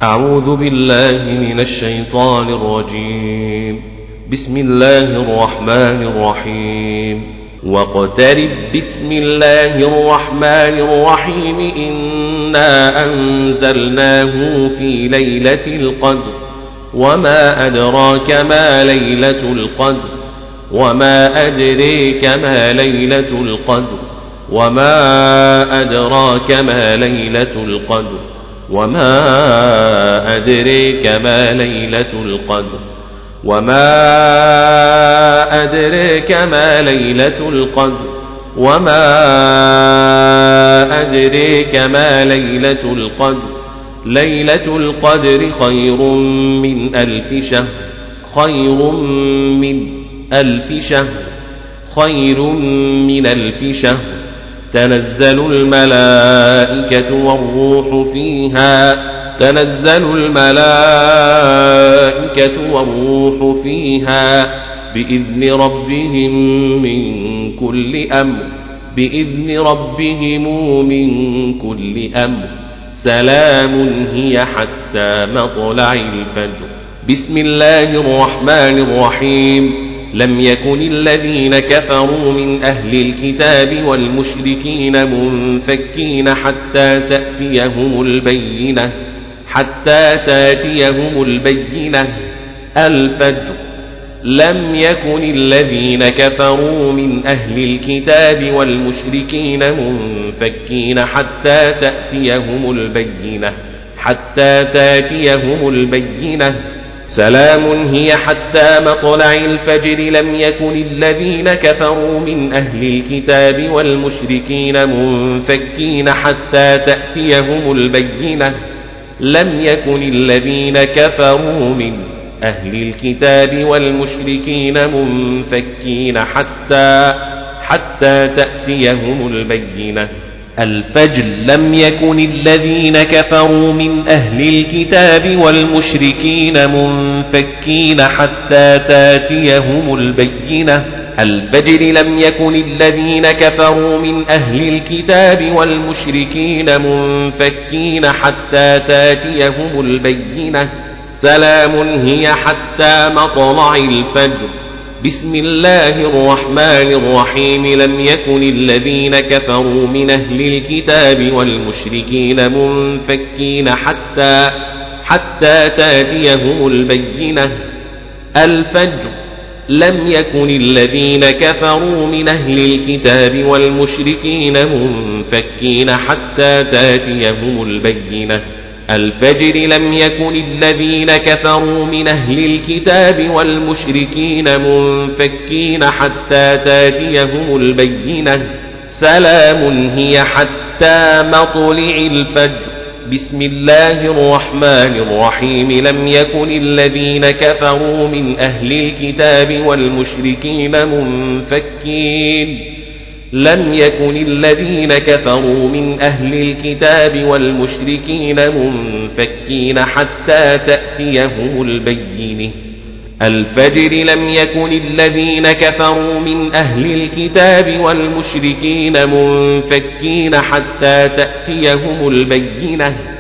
أعوذ بالله من الشيطان الرجيم. بسم الله الرحمن الرحيم. واقترب بسم الله الرحمن الرحيم. إنا أنزلناه في ليلة القدر وما أدراك ما ليلة القدر وما أدريك ما ليلة القدر وما أدراك ما ليلة القدر وما أدريك ما ليلة القدر وما أدريك ما ليلة القدر وما أدريك ما ليلة القدر. ليلة القدر خير من 1000 شهر. خير من 1000 شهر. خير من 1000 شهر. تنزل الملائكة والروح فيها. تنزل الملائكة والروح فيها بإذن ربهم من كل أمر. بإذن ربهم من كل أمر. سلام هي حتى مطلع الفجر. بسم الله الرحمن الرحيم. لم يكن الذين كفروا من أهل الكتاب والمشركين منفكين حتى تأتيهم البينة. حتى تأتيهم البينة. الفجر. لم يكن الذين كفروا من أهل الكتاب والمشركين منفكين حتى تأتيهم البينة. حتى تأتيهم البينة. سلام هي حتى مطلع الفجر. لم يكن الذين كفروا من أهل الكتاب والمشركين منفكين حتى تأتيهم البينة. لم يكن الذين كفروا من أهل الكتاب والمشركين منفكين حتى تأتيهم البينة. الفجر. لم يكن الذين كفروا من أهل الكتاب والمشركين منفكين حتى تأتيهم البينة. الفجر. لم يكن الذين كفروا من أهل الكتاب والمشركين منفكين حتى تأتيهم البينة. سلام هي حتى مطلع الفجر. بسم الله الرحمن الرحيم. لم يكن الذين كفروا من أهل الكتاب والمشركين منفكين حتى تأتيهم البينة. الفجر. لم يكن الذين كفروا من أهل الكتاب والمشركين منفكين حتى تأتيهم البينة. الفجر. لم يكن الذين كفروا من أهل الكتاب والمشركين منفكين حتى تأتيهم البينة. سلام هي حتى مطلع الفجر. بسم الله الرحمن الرحيم. لم يكن الذين كفروا من أهل الكتاب والمشركين منفكين. لم يكن الذين كفروا من أهل الكتاب والمشركين منفكين حتى تأتيهم البينة. الفجر. لم يكن الذين كفروا من أهل الكتاب والمشركين منفكين حتى تأتيهم البينة.